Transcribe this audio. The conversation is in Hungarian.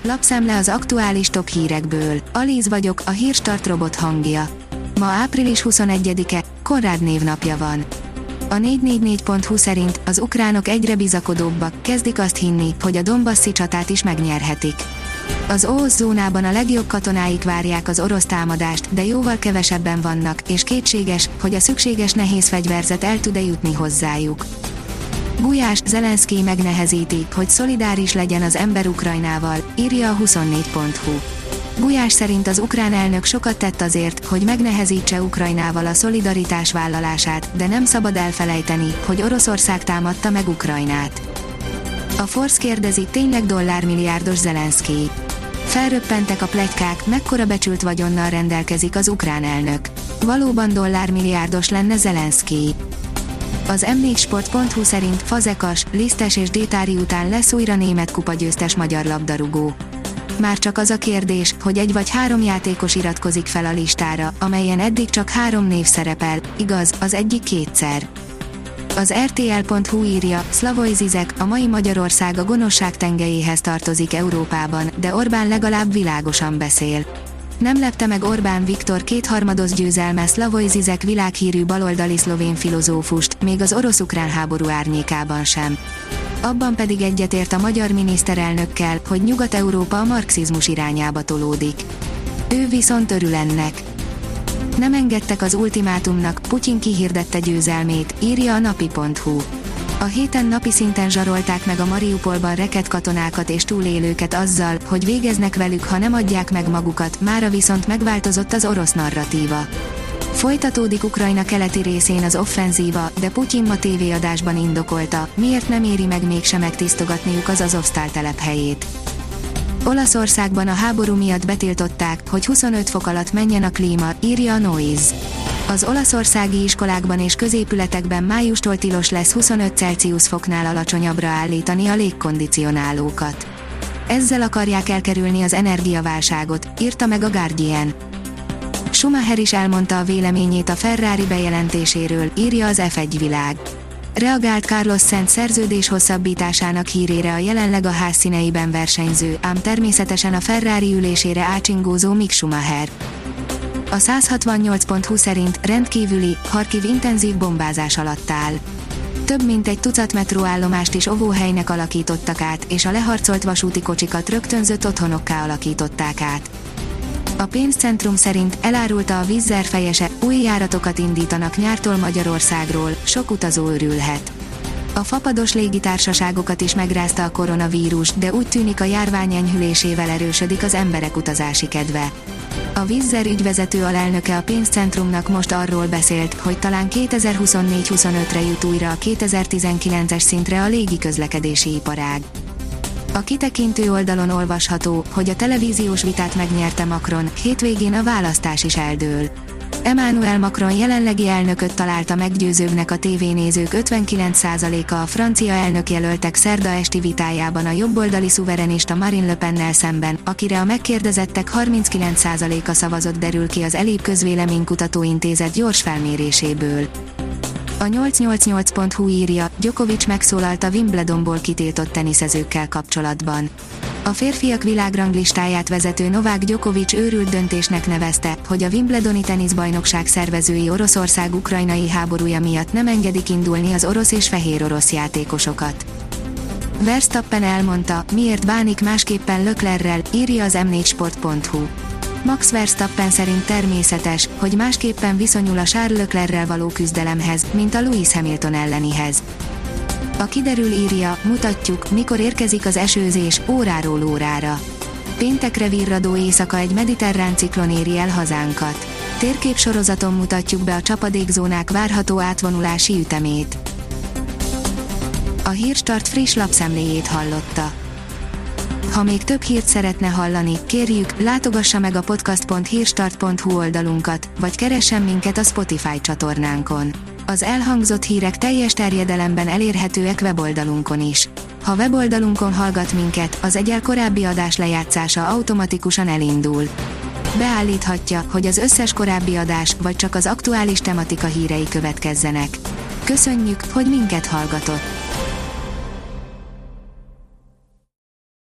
Lapszemle az aktuális top hírekből. Alíz vagyok, a Hírstart robot hangja. Ma április 21-e, Konrád névnapja van. A 444.hu szerint az ukránok egyre bizakodóbbak, kezdik azt hinni, hogy a Donbasszi csatát is megnyerhetik. Az orosz zónában a legjobb katonáik várják az orosz támadást, de jóval kevesebben vannak, és kétséges, hogy a szükséges nehéz fegyverzet el tud-e jutni hozzájuk. Gulyás, Zelenszkij megnehezíti, hogy szolidáris legyen az ember Ukrajnával, írja a 24.hu. Gulyás szerint az ukrán elnök sokat tett azért, hogy megnehezítse Ukrajnával a szolidaritás vállalását, de nem szabad elfelejteni, hogy Oroszország támadta meg Ukrajnát. A Force kérdezi, tényleg dollármilliárdos Zelenszkij. Felröppentek a pletykák, mekkora becsült vagyonnal rendelkezik az ukrán elnök. Valóban dollármilliárdos lenne Zelenszkij. Az m4sport.hu szerint Fazekas, Lisztes és Détári után lesz újra német kupagyőztes magyar labdarúgó. Már csak az a kérdés, hogy egy vagy három játékos iratkozik fel a listára, amelyen eddig csak 3 név szerepel, igaz, az egyik kétszer. Az RTL.hu írja, Slavoj Zizek, a mai Magyarország a gonoszság tengelyéhez tartozik Európában, de Orbán legalább világosan beszél. Nem lepte meg Orbán Viktor kétharmados győzelme Slavoj Zizek világhírű baloldali szlovén filozófust, még az orosz-ukrán háború árnyékában sem. Abban pedig egyetért a magyar miniszterelnökkel, hogy Nyugat-Európa a marxizmus irányába tolódik. Ő viszont örül ennek. Nem engedtek az ultimátumnak, Putyin kihirdette győzelmét, írja a napi.hu. A héten napi szinten zsarolták meg a Mariupolban rekedt katonákat és túlélőket azzal, hogy végeznek velük, ha nem adják meg magukat, mára viszont megváltozott az orosz narratíva. Folytatódik Ukrajna keleti részén az offenzíva, de Putyin ma tévéadásban indokolta, miért nem éri meg mégsem megtisztogatniuk az Azovsztál telephelyét. Olaszországban a háború miatt betiltották, hogy 25 fok alatt menjen a klíma, írja a Noise. Az olaszországi iskolákban és középületekben májustól tilos lesz 25 Celsius foknál alacsonyabbra állítani a légkondicionálókat. Ezzel akarják elkerülni az energiaválságot, írta meg a Guardian. Schumacher is elmondta a véleményét a Ferrari bejelentéséről, írja az F1 világ. Reagált Carlos Sainz szerződés hosszabbításának hírére a jelenleg a házszíneiben versenyző, ám természetesen a Ferrari ülésére ácsingózó Mick Schumacher. A 168.hu szerint rendkívüli, Harkiv intenzív bombázás alatt áll. Több mint egy tucat metróállomást is óvóhelynek alakítottak át, és a leharcolt vasúti kocsikat rögtönzött otthonokká alakították át. A pénzcentrum szerint elárulta a Wizz fejese, új járatokat indítanak nyártól Magyarországról, sok utazó örülhet. A fapados légitársaságokat is megrázta a koronavírus, de úgy tűnik a járvány enyhülésével erősödik az emberek utazási kedve. A Wizz Air ügyvezető alelnöke a pénzcentrumnak most arról beszélt, hogy talán 2024-25-re jut újra a 2019-es szintre a légiközlekedési iparág. A kitekintő oldalon olvasható, hogy a televíziós vitát megnyerte Macron, hétvégén a választás is eldől. Emmanuel Macron jelenlegi elnököt találta meggyőzőbbnek a tévénézők 59%-a a francia elnökjelöltek szerda esti vitájában a jobboldali szuverenista Marine Le Pennel szemben, akire a megkérdezettek 39%-a szavazott, derül ki az Elib közvéleménykutató intézet gyors felméréséből. A 888.hu írja, Djokovic megszólalt a Wimbledonból kitiltott teniszezőkkel kapcsolatban. A férfiak világranglistáját vezető Novák Djokovic őrült döntésnek nevezte, hogy a Wimbledoni teniszbajnokság szervezői Oroszország ukrajnai háborúja miatt nem engedik indulni az orosz és fehér orosz játékosokat. Verstappen elmondta, miért bánik másképpen Leclerrel, írja az m4sport.hu. Max Verstappen szerint természetes, hogy másképpen viszonyul a Charles Leclerrel való küzdelemhez, mint a Lewis Hamilton ellenihez. A kiderül írja, mutatjuk, mikor érkezik az esőzés, óráról órára. Péntekre virradó éjszaka egy mediterrán ciklon éri el hazánkat. Térképsorozaton mutatjuk be a csapadékzónák várható átvonulási ütemét. A Hírstart friss lapszemléjét hallotta. Ha még több hírt szeretne hallani, kérjük, látogassa meg a podcast.hírstart.hu oldalunkat, vagy keressen minket a Spotify csatornánkon. Az elhangzott hírek teljes terjedelemben elérhetőek weboldalunkon is. Ha weboldalunkon hallgat minket, az egyel korábbi adás lejátszása automatikusan elindul. Beállíthatja, hogy az összes korábbi adás, vagy csak az aktuális tematika hírei következzenek. Köszönjük, hogy minket hallgatott!